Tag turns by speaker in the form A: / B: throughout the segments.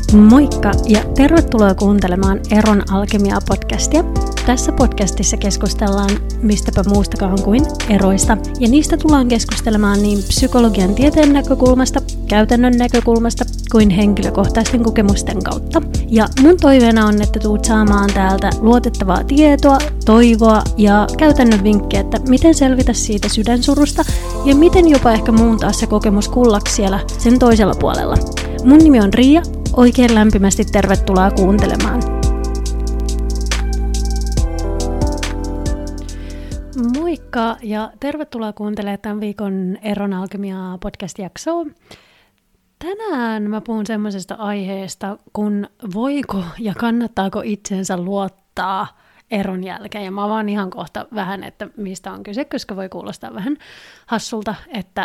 A: Moikka ja tervetuloa kuuntelemaan Eron Alkemia-podcastia. Tässä podcastissa keskustellaan mistäpä muustakaan kuin eroista. Ja niistä tullaan keskustelemaan niin psykologian tieteen näkökulmasta, käytännön näkökulmasta kuin henkilökohtaisten kokemusten kautta. Ja mun toiveena on, että tuut saamaan täältä luotettavaa tietoa, toivoa ja käytännön vinkkejä, että miten selvitä siitä sydänsurusta ja miten jopa ehkä muuntaa se kokemus kullaksi siellä sen toisella puolella. Mun nimi on Riia. Oikein lämpimästi tervetuloa kuuntelemaan. Moikka ja tervetuloa kuuntelemaan tämän viikon Eron Alkemia podcast-jaksoa. Tänään mä puhun semmoisesta aiheesta, kun voiko ja kannattaako itsensä luottaa eron jälkeen. Ja mä avaan ihan kohta vähän, että mistä on kyse, koska voi kuulostaa vähän hassulta, että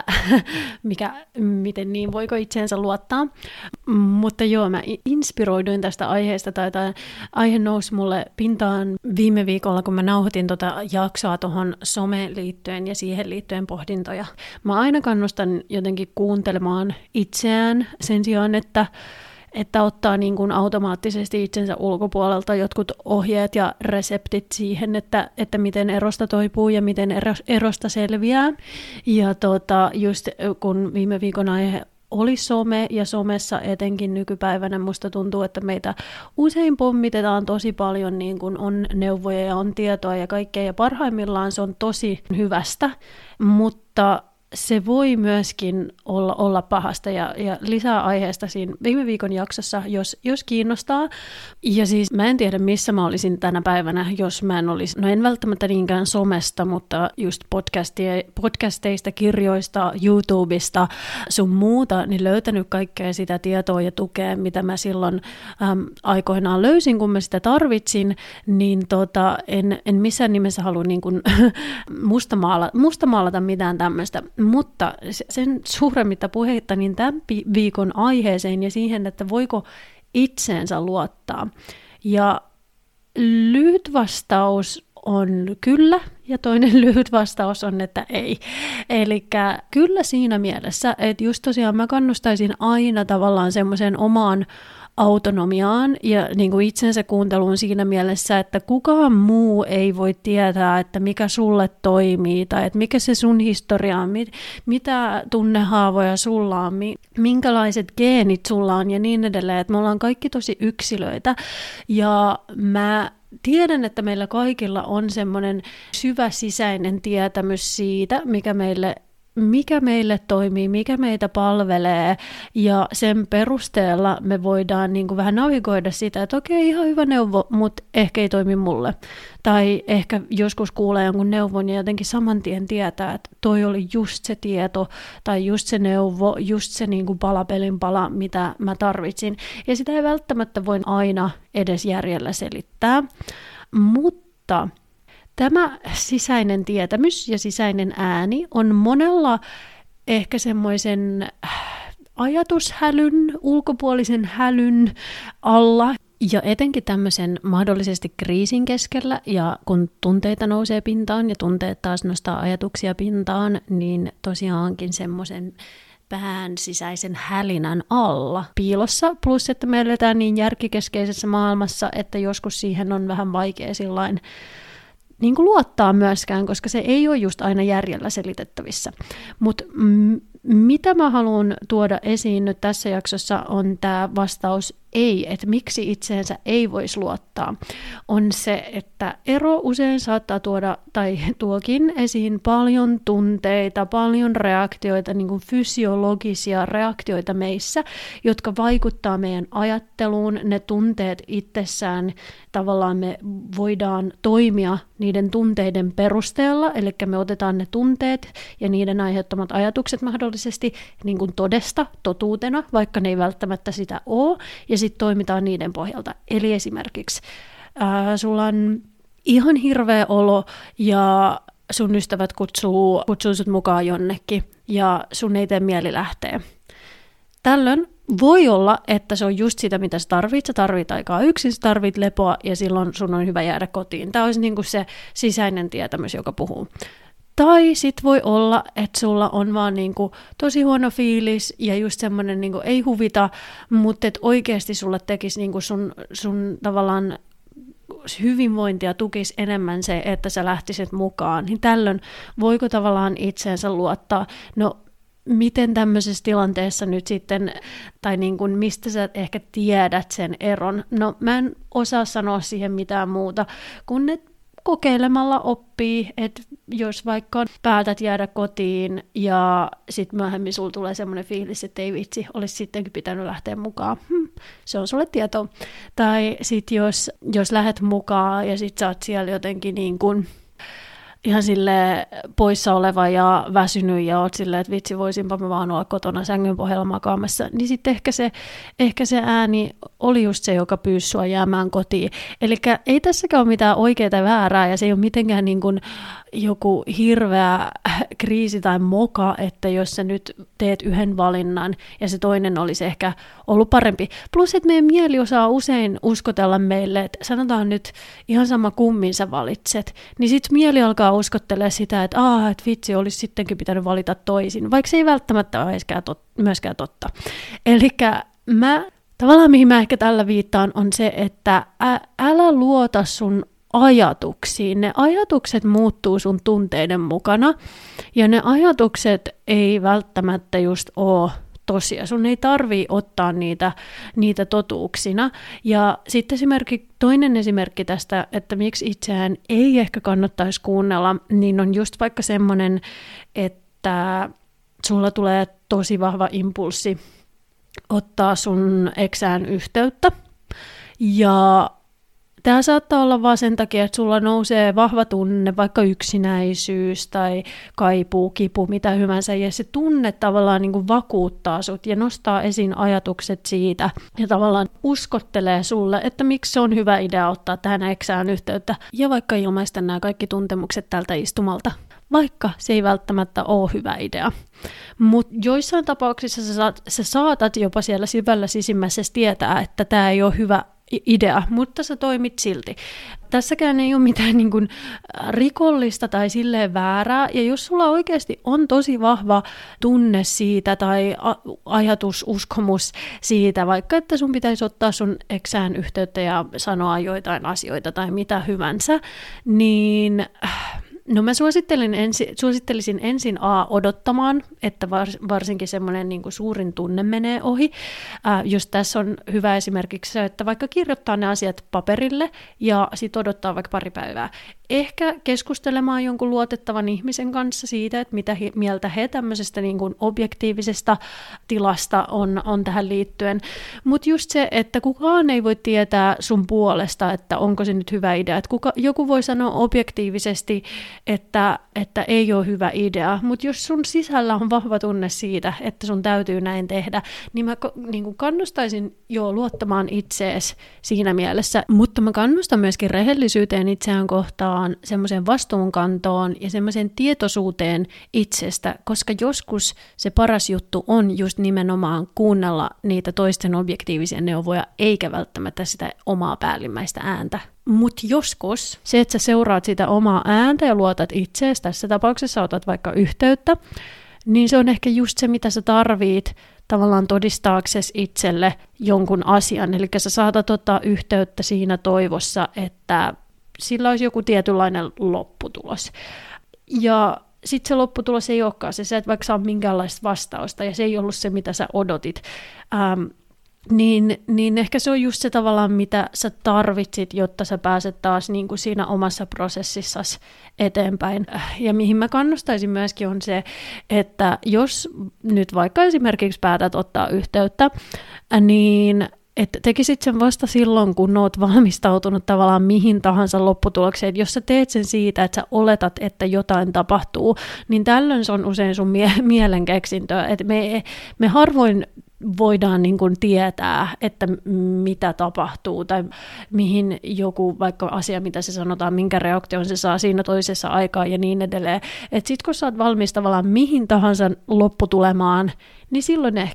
A: miten niin voiko itseensä luottaa. Mutta joo, mä inspiroiduin tästä aiheesta, tai tämä aihe nousi mulle pintaan viime viikolla, kun mä nauhoitin jaksoa tuohon someen liittyen ja siihen liittyen pohdintoja. Mä aina kannustan jotenkin kuuntelemaan itseään sen sijaan, että ottaa niin kuin automaattisesti itsensä ulkopuolelta jotkut ohjeet ja reseptit siihen, että miten erosta toipuu ja miten erosta selviää. Ja just kun viime viikon aihe oli some, ja somessa etenkin nykypäivänä musta tuntuu, että meitä usein pommitetaan tosi paljon, niin kun on neuvoja ja on tietoa ja kaikkea, ja parhaimmillaan se on tosi hyvästä, mutta se voi myöskin olla pahasta ja lisää aiheesta siinä viime viikon jaksossa, jos kiinnostaa. Ja siis mä en tiedä, missä mä olisin tänä päivänä, jos mä en olisi, no en välttämättä niinkään somesta, mutta just podcasteista, kirjoista, YouTubesta, sun muuta, niin löytänyt kaikkea sitä tietoa ja tukea, mitä mä silloin aikoinaan löysin, kun mä sitä tarvitsin, niin en missään nimessä halua niin kuin mustamaalata mitään tämmöistä. Mutta sen suuremmitta puheitta niin tämän viikon aiheeseen ja siihen, että voiko itseensä luottaa. Ja lyhyt vastaus on kyllä, ja toinen lyhyt vastaus on, että ei. Eli kyllä siinä mielessä, että just tosiaan mä kannustaisin aina tavallaan semmoiseen omaan autonomiaan ja niin kuin itsensä kuunteluun siinä mielessä, että kukaan muu ei voi tietää, että mikä sulle toimii tai että mikä se sun historia on, mitä tunnehaavoja sulla on, minkälaiset geenit sulla on ja niin edelleen. Että me ollaan kaikki tosi yksilöitä ja mä tiedän, että meillä kaikilla on semmoinen syvä sisäinen tietämys siitä, mikä meille toimii, mikä meitä palvelee, ja sen perusteella me voidaan niin kuin vähän navigoida sitä, että okei, ihan hyvä neuvo, mutta ehkä ei toimi mulle. Tai ehkä joskus kuulee jonkun neuvon ja jotenkin saman tien tietää, että toi oli just se tieto, tai just se neuvo, just se niin kuin palapelin pala, mitä mä tarvitsin. Ja sitä ei välttämättä voi aina edes järjellä selittää, mutta tämä sisäinen tietämys ja sisäinen ääni on monella ehkä semmoisen ajatushälyn, ulkopuolisen hälyn alla. Ja etenkin tämmöisen mahdollisesti kriisin keskellä, ja kun tunteita nousee pintaan ja tunteet taas nostaa ajatuksia pintaan, niin tosiaankin semmoisen pään sisäisen hälinän alla piilossa, plus että me eletään niin järkikeskeisessä maailmassa, että joskus siihen on vähän vaikea sillain niin kuin luottaa myöskään, koska se ei ole just aina järjellä selitettävissä. Mutta mitä mä haluan tuoda esiin nyt tässä jaksossa on tämä vastaus ei, että miksi itseensä ei voisi luottaa, on se, että ero usein saattaa tuoda tai tuokin esiin paljon tunteita, paljon reaktioita, niin kuin fysiologisia reaktioita meissä, jotka vaikuttaa meidän ajatteluun, ne tunteet itsessään, tavallaan me voidaan toimia niiden tunteiden perusteella, eli me otetaan ne tunteet ja niiden aiheuttamat ajatukset mahdollisesti niin kuin todesta, totuutena, vaikka ne ei välttämättä sitä ole, ja sitten toimitaan niiden pohjalta. Eli esimerkiksi sulla on ihan hirveä olo ja sun ystävät kutsuu sut mukaan jonnekin ja sun ei tee mieli lähteä. Tällöin voi olla, että se on just sitä, mitä sä tarvit aikaa yksin, sä tarvit lepoa ja silloin sun on hyvä jäädä kotiin. Tämä olisi niin kuin se sisäinen tietämys, joka puhuu. Tai sit voi olla, että sulla on vaan niinku tosi huono fiilis ja just semmoinen niinku ei huvita, mutta että oikeasti sulle tekisi niinku sun tavallaan hyvinvointia tukisi enemmän se, että sä lähtisit mukaan. Niin tällöin voiko tavallaan itseensä luottaa? No miten tämmöisessä tilanteessa nyt sitten, tai niin kuin mistä sä ehkä tiedät sen eron? No mä en osaa sanoa siihen mitään muuta, kun ne kokeilemalla oppii, että jos vaikka päätät jäädä kotiin ja sitten myöhemmin sulla tulee semmoinen fiilis, että ei vitsi, olisi sittenkin pitänyt lähteä mukaan. Se on sulle tieto. Tai sitten jos lähdet mukaan ja sitten sä oot siellä jotenkin niin kuin ihan sille poissa oleva ja väsynyt ja oot silleen, että vitsi, voisinpa mä vaan olla kotona sängyn pohjalla makaamassa, niin sitten ehkä se ääni oli just se, joka pyysi sua jäämään kotiin. Eli ei tässäkään ole mitään oikeaa tai väärää, ja se ei ole mitenkään niin kuin joku hirveä kriisi tai moka, että jos sä nyt teet yhden valinnan ja se toinen olisi ehkä ollut parempi. Plus, että meidän mieli osaa usein uskotella meille, että sanotaan nyt ihan sama kummin sä valitset, niin sitten mieli alkaa uskottelee sitä, että vitsi, olisi sittenkin pitänyt valita toisin, vaikka se ei välttämättä ole myöskään totta. Elikkä tavallaan mihin mä ehkä tällä viittaan on se, että älä luota sun ajatuksiin. Ne ajatukset muuttuu sun tunteiden mukana, ja ne ajatukset ei välttämättä just ole tosia. Sun ei tarvii ottaa niitä totuuksina. Ja sitten toinen esimerkki tästä, että miksi itseään ei ehkä kannattaisi kuunnella, niin on just vaikka semmoinen, että sulla tulee tosi vahva impulssi ottaa sun eksään yhteyttä. Ja tämä saattaa olla vaan sen takia, että sulla nousee vahva tunne, vaikka yksinäisyys tai kaipuu, kipu, mitä hyvänsä, ja se tunne tavallaan niin kuin vakuuttaa sut ja nostaa esiin ajatukset siitä ja tavallaan uskottelee sulle, että miksi se on hyvä idea ottaa tähän eksään yhteyttä ja vaikka ilmaista nämä kaikki tuntemukset tältä istumalta, vaikka se ei välttämättä ole hyvä idea. Mutta joissain tapauksissa sä saatat jopa siellä syvällä sisimmässä tietää, että tämä ei ole hyvä idea, mutta sä toimit silti. Tässäkään ei ole mitään niin kuin rikollista tai silleen väärää, ja jos sulla oikeasti on tosi vahva tunne siitä tai ajatus, uskomus siitä, vaikka että sun pitäisi ottaa sun eksään yhteyttä ja sanoa joitain asioita tai mitä hyvänsä, niin no mä suosittelisin ensin odottamaan, että varsinkin semmoinen niin kuin suurin tunne menee ohi. Jos tässä on hyvä esimerkiksi se, että vaikka kirjoittaa ne asiat paperille ja sitten odottaa vaikka pari päivää. Ehkä keskustelemaan jonkun luotettavan ihmisen kanssa siitä, että mitä mieltä he tämmöisestä niin kuin objektiivisesta tilasta on tähän liittyen. Mutta just se, että kukaan ei voi tietää sun puolesta, että onko se nyt hyvä idea. Että joku voi sanoa objektiivisesti, että ei ole hyvä idea, mutta jos sun sisällä on vahva tunne siitä, että sun täytyy näin tehdä, niin mä niin kuin kannustaisin luottamaan itseesi siinä mielessä, mutta mä kannustan myöskin rehellisyyteen itseään kohtaan, semmoiseen vastuunkantoon ja semmoiseen tietoisuuteen itsestä, koska joskus se paras juttu on just nimenomaan kuunnella niitä toisten objektiivisia neuvoja, eikä välttämättä sitä omaa päällimmäistä ääntä. Mutta joskus se, että sä seuraat sitä omaa ääntä ja luotat itseesi, tässä tapauksessa otat vaikka yhteyttä, niin se on ehkä just se, mitä sä tarvit tavallaan todistaaksesi itselle jonkun asian. Eli sä saatat ottaa yhteyttä siinä toivossa, että sillä olisi joku tietynlainen lopputulos. Ja sitten se lopputulos ei olekaan se, sä et vaikka saa minkäänlaista vastausta, ja se ei ollut se, mitä sä odotit. Niin ehkä se on just se tavallaan, mitä sä tarvitsit, jotta sä pääset taas niin kuin siinä omassa prosessissasi eteenpäin. Ja mihin mä kannustaisin myöskin on se, että jos nyt vaikka esimerkiksi päätät ottaa yhteyttä, niin että tekisit sen vasta silloin, kun oot valmistautunut tavallaan mihin tahansa lopputulokseen. Jos sä teet sen siitä, että sä oletat, että jotain tapahtuu, niin tällöin se on usein sun mielen keksintöä. Että me harvoin voidaan niin kuin tietää, että mitä tapahtuu tai mihin joku vaikka asia, mitä se sanotaan, minkä reaktion se saa siinä toisessa aikaa ja niin edelleen. Että sit kun sä oot valmis tavallaan mihin tahansa lopputulemaan, niin silloin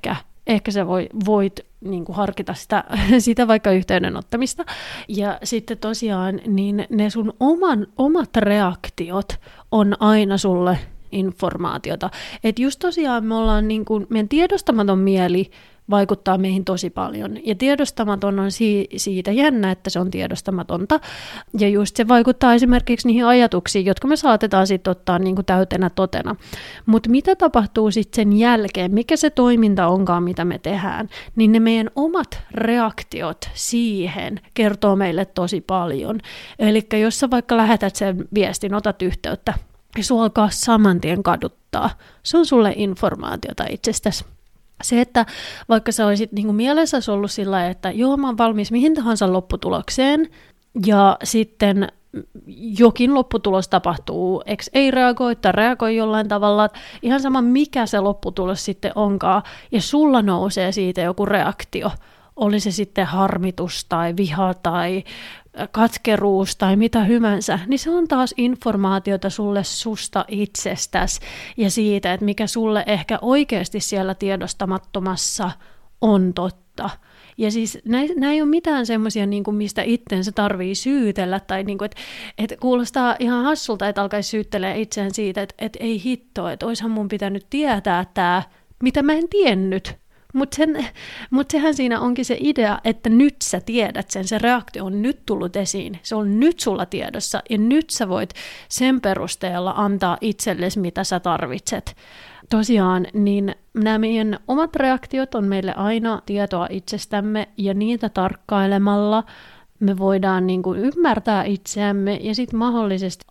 A: ehkä sä voit niin kuin harkita sitä vaikka yhteydenottamista. Ja sitten tosiaan niin ne sun omat reaktiot on aina sulle informaatiota. Että just tosiaan me ollaan niin kuin, meidän tiedostamaton mieli vaikuttaa meihin tosi paljon. Ja tiedostamaton on siitä jännä, että se on tiedostamatonta. Ja just se vaikuttaa esimerkiksi niihin ajatuksiin, jotka me saatetaan sitten ottaa niin kuin täytenä totena. Mutta mitä tapahtuu sitten sen jälkeen, mikä se toiminta onkaan, mitä me tehdään, niin ne meidän omat reaktiot siihen kertoo meille tosi paljon. Eli jos sä vaikka lähetät sen viestin, otat yhteyttä, ja sua alkaa saman tien kaduttaa, se on sulle informaatiota itsestäsi. Se, että vaikka sä olisit niin kuin mielessäsi ollut sillä lailla, että joo, mä oon valmis mihin tahansa lopputulokseen, ja sitten jokin lopputulos tapahtuu, ei reagoi tai reagoi jollain tavalla, ihan sama mikä se lopputulos sitten onkaan, ja sulla nousee siitä joku reaktio, oli se sitten harmitus tai viha tai katkeruus tai mitä hyvänsä, niin se on taas informaatiota sulle susta itsestäsi ja siitä, että mikä sulle ehkä oikeasti siellä tiedostamattomassa on totta. Ja siis nämä ei ole mitään semmoisia, niin kuin mistä itsensä tarvii syytellä, tai niin kuin, että kuulostaa ihan hassulta, että alkaisi syyttelee itseään siitä, että ei hitto, että oishan mun pitänyt tietää tämä, mitä mä en tiennyt. Mutta sehän siinä onkin se idea, että nyt sä tiedät sen, se reaktio on nyt tullut esiin, se on nyt sulla tiedossa, ja nyt sä voit sen perusteella antaa itsellesi, mitä sä tarvitset. Tosiaan, niin nämä meidän omat reaktiot on meille aina tietoa itsestämme, ja niitä tarkkailemalla me voidaan niin kuin ymmärtää itseämme, ja sitten mahdollisesti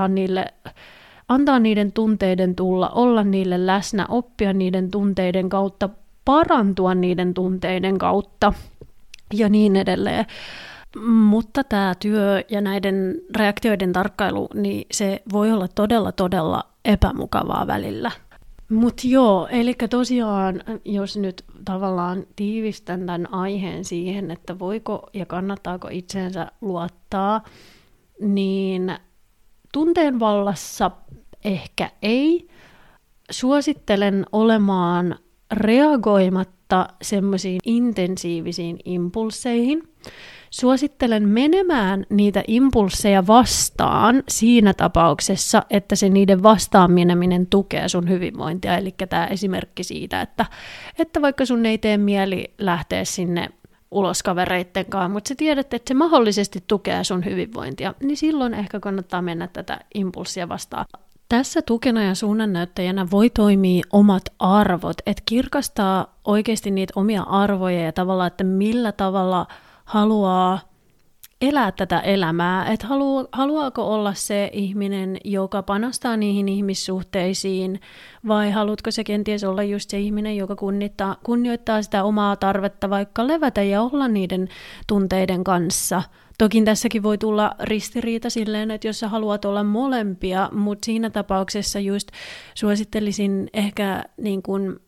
A: antaa niiden tunteiden tulla, olla niille läsnä, oppia niiden tunteiden kautta, parantua niiden tunteiden kautta ja niin edelleen. Mutta tämä työ ja näiden reaktioiden tarkkailu, niin se voi olla todella, todella epämukavaa välillä. Mutta joo, eli tosiaan, jos nyt tavallaan tiivistän tämän aiheen siihen, että voiko ja kannattaako itseensä luottaa, niin tunteen vallassa ehkä ei. Suosittelen olemaan reagoimatta semmoisiin intensiivisiin impulseihin. Suosittelen menemään niitä impulseja vastaan siinä tapauksessa, että se niiden vastaaminen tukee sun hyvinvointia. Eli tämä esimerkki siitä, että vaikka sun ei tee mieli lähteä sinne ulos kavereittenkaan, mutta sä tiedät, että se mahdollisesti tukee sun hyvinvointia, niin silloin ehkä kannattaa mennä tätä impulssia vastaan. Tässä tukena ja suunnannäyttäjänä voi toimia omat arvot, että kirkastaa oikeasti niitä omia arvoja ja tavallaan, että millä tavalla haluaa elää tätä elämää, että haluaako olla se ihminen, joka panostaa niihin ihmissuhteisiin, vai haluatko se kenties olla just se ihminen, joka kunnioittaa sitä omaa tarvetta vaikka levätä ja olla niiden tunteiden kanssa. Toki tässäkin voi tulla ristiriita silleen, että jos sä haluat olla molempia, mutta siinä tapauksessa just suosittelisin ehkä niin kuin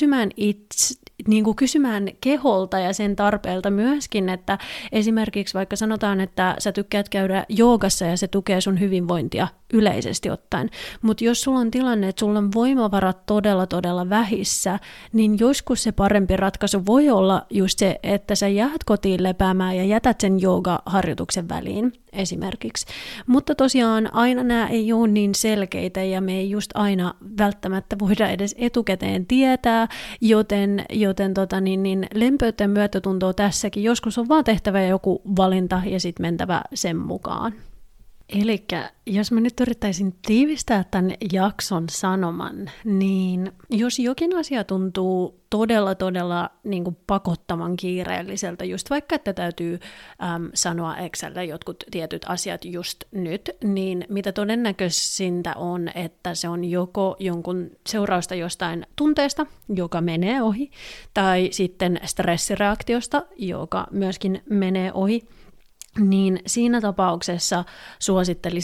A: kysymään keholta ja sen tarpeelta myöskin, että esimerkiksi vaikka sanotaan, että sä tykkäät käydä joogassa ja se tukee sun hyvinvointia yleisesti ottaen, mutta jos sulla on tilanne, että sulla on voimavarat todella, todella vähissä, niin joskus se parempi ratkaisu voi olla just se, että sä jäät kotiin lepäämään ja jätät sen joogaharjoituksen väliin esimerkiksi. Mutta tosiaan aina nämä ei ole niin selkeitä ja me ei just aina välttämättä voida edes etukäteen tietää, joten lempeyttä ja myötätuntoa tässäkin. Joskus on vaan tehtävä joku valinta ja sitten mentävä sen mukaan. Elikkä jos mä nyt yrittäisin tiivistää tämän jakson sanoman, niin jos jokin asia tuntuu todella niin kuin pakottavan kiireelliseltä, just vaikka että täytyy sanoa Excelle jotkut tietyt asiat just nyt, niin mitä todennäköisintä on, että se on joko jonkun seurausta jostain tunteesta, joka menee ohi, tai sitten stressireaktiosta, joka myöskin menee ohi, niin siinä tapauksessa suosittelisin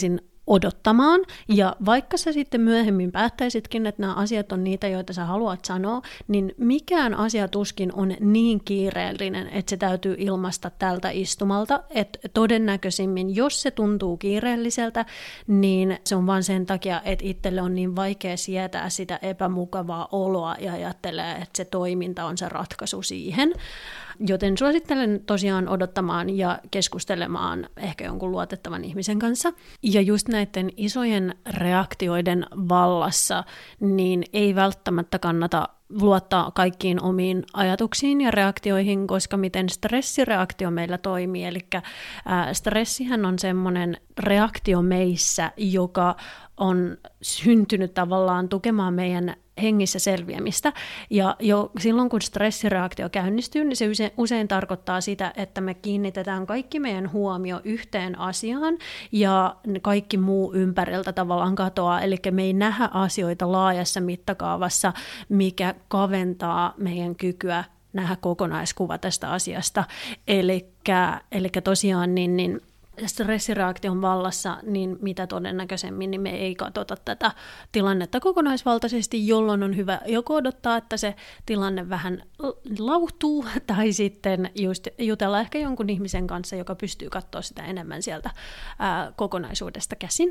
A: odottamaan, ja vaikka sä sitten myöhemmin päättäisitkin, että nämä asiat on niitä, joita sä haluat sanoa, niin mikään asia tuskin on niin kiireellinen, että se täytyy ilmaista tältä istumalta, että todennäköisimmin, jos se tuntuu kiireelliseltä, niin se on vaan sen takia, että itselle on niin vaikea sietää sitä epämukavaa oloa ja ajattelee, että se toiminta on se ratkaisu siihen. Joten suosittelen tosiaan odottamaan ja keskustelemaan ehkä jonkun luotettavan ihmisen kanssa. Ja just näiden isojen reaktioiden vallassa, niin ei välttämättä kannata luottaa kaikkiin omiin ajatuksiin ja reaktioihin, koska miten stressireaktio meillä toimii. Eli stressihän on semmoinen reaktio meissä, joka on syntynyt tavallaan tukemaan meidän hengissä selviämistä. Ja jo silloin, kun stressireaktio käynnistyy, niin se usein tarkoittaa sitä, että me kiinnitetään kaikki meidän huomio yhteen asiaan ja kaikki muu ympäriltä tavallaan katoaa. Eli me ei nähdä asioita laajassa mittakaavassa, mikä kaventaa meidän kykyä nähdä kokonaiskuva tästä asiasta. Eli tosiaan niin stressireaktion vallassa, niin mitä todennäköisemmin niin me ei katsota tätä tilannetta kokonaisvaltaisesti, jolloin on hyvä joko odottaa, että se tilanne vähän lauhtuu, tai sitten just jutella ehkä jonkun ihmisen kanssa, joka pystyy katsoa sitä enemmän sieltä kokonaisuudesta käsin.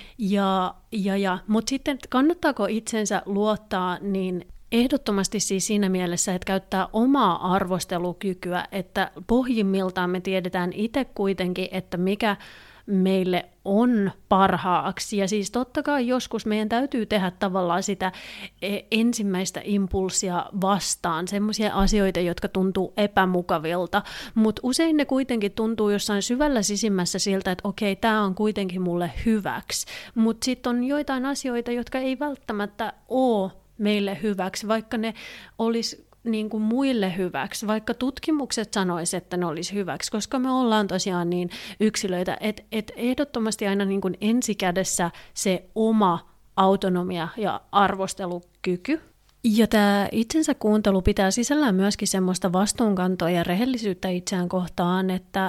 A: Mutta sitten kannattaako itsensä luottaa, niin ehdottomasti siis siinä mielessä, että käyttää omaa arvostelukykyä, että pohjimmiltaan me tiedetään itse kuitenkin, että mikä meille on parhaaksi. Ja siis totta kai joskus meidän täytyy tehdä tavallaan sitä ensimmäistä impulssia vastaan, semmoisia asioita, jotka tuntuu epämukavilta, mutta usein ne kuitenkin tuntuu jossain syvällä sisimmässä siltä, että okei, tämä on kuitenkin mulle hyväksi. Mutta sitten on joitain asioita, jotka ei välttämättä ole meille hyväksi, vaikka ne olisi niin kuin muille hyväksi, vaikka tutkimukset sanoisivat, että ne olisi hyväksi, koska me ollaan tosiaan niin yksilöitä, että ehdottomasti aina niin kuin ensikädessä se oma autonomia ja arvostelukyky. Ja tämä itsensä kuuntelu pitää sisällään myöskin semmoista vastuunkantoa ja rehellisyyttä itseään kohtaan, että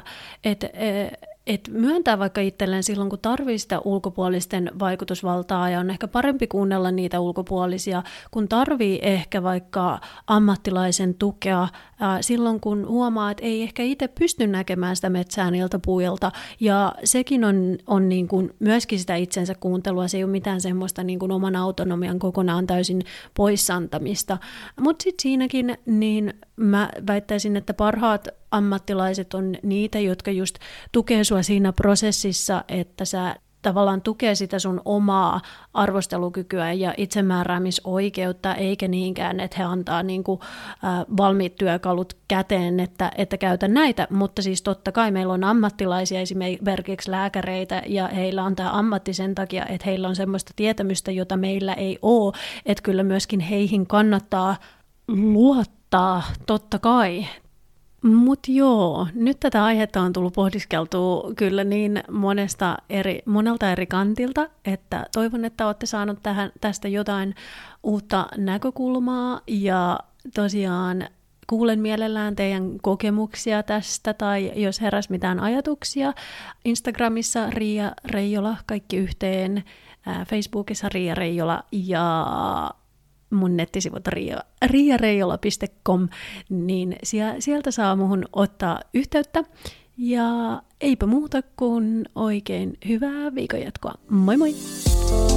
A: myöntää vaikka itselleen silloin, kun tarvitsee sitä ulkopuolisten vaikutusvaltaa, ja on ehkä parempi kuunnella niitä ulkopuolisia, kun tarvii ehkä vaikka ammattilaisen tukea silloin, kun huomaa, että ei ehkä itse pysty näkemään sitä metsää niiltä puilta, ja sekin on niin kuin myöskin sitä itsensä kuuntelua, se ei ole mitään semmoista niin kuin oman autonomian kokonaan täysin poissantamista, mutta sitten siinäkin niin mä väittäisin, että parhaat ammattilaiset on niitä, jotka just tukee sua siinä prosessissa, että sä tavallaan tukee sitä sun omaa arvostelukykyä ja itsemääräämisoikeutta, eikä niinkään, että he antaa niinku, valmiit työkalut käteen, että käytä näitä, mutta siis totta kai meillä on ammattilaisia, esimerkiksi lääkäreitä, ja heillä on tämä ammatti sen takia, että heillä on semmoista tietämystä, jota meillä ei ole, että kyllä myöskin heihin kannattaa luottaa, totta kai. Mutta joo, nyt tätä aihetta on tullut pohdiskeltua kyllä niin monelta eri kantilta, että toivon, että olette saaneet tästä jotain uutta näkökulmaa, ja tosiaan kuulen mielellään teidän kokemuksia tästä, tai jos heräsi mitään ajatuksia. Instagramissa Riia Reijola, kaikki yhteen, Facebookissa Riia Reijola, ja mun nettisivut riiareijola.com, niin sieltä saa muhun ottaa yhteyttä. Ja eipä muuta kuin oikein hyvää viikonjatkoa. Moi moi!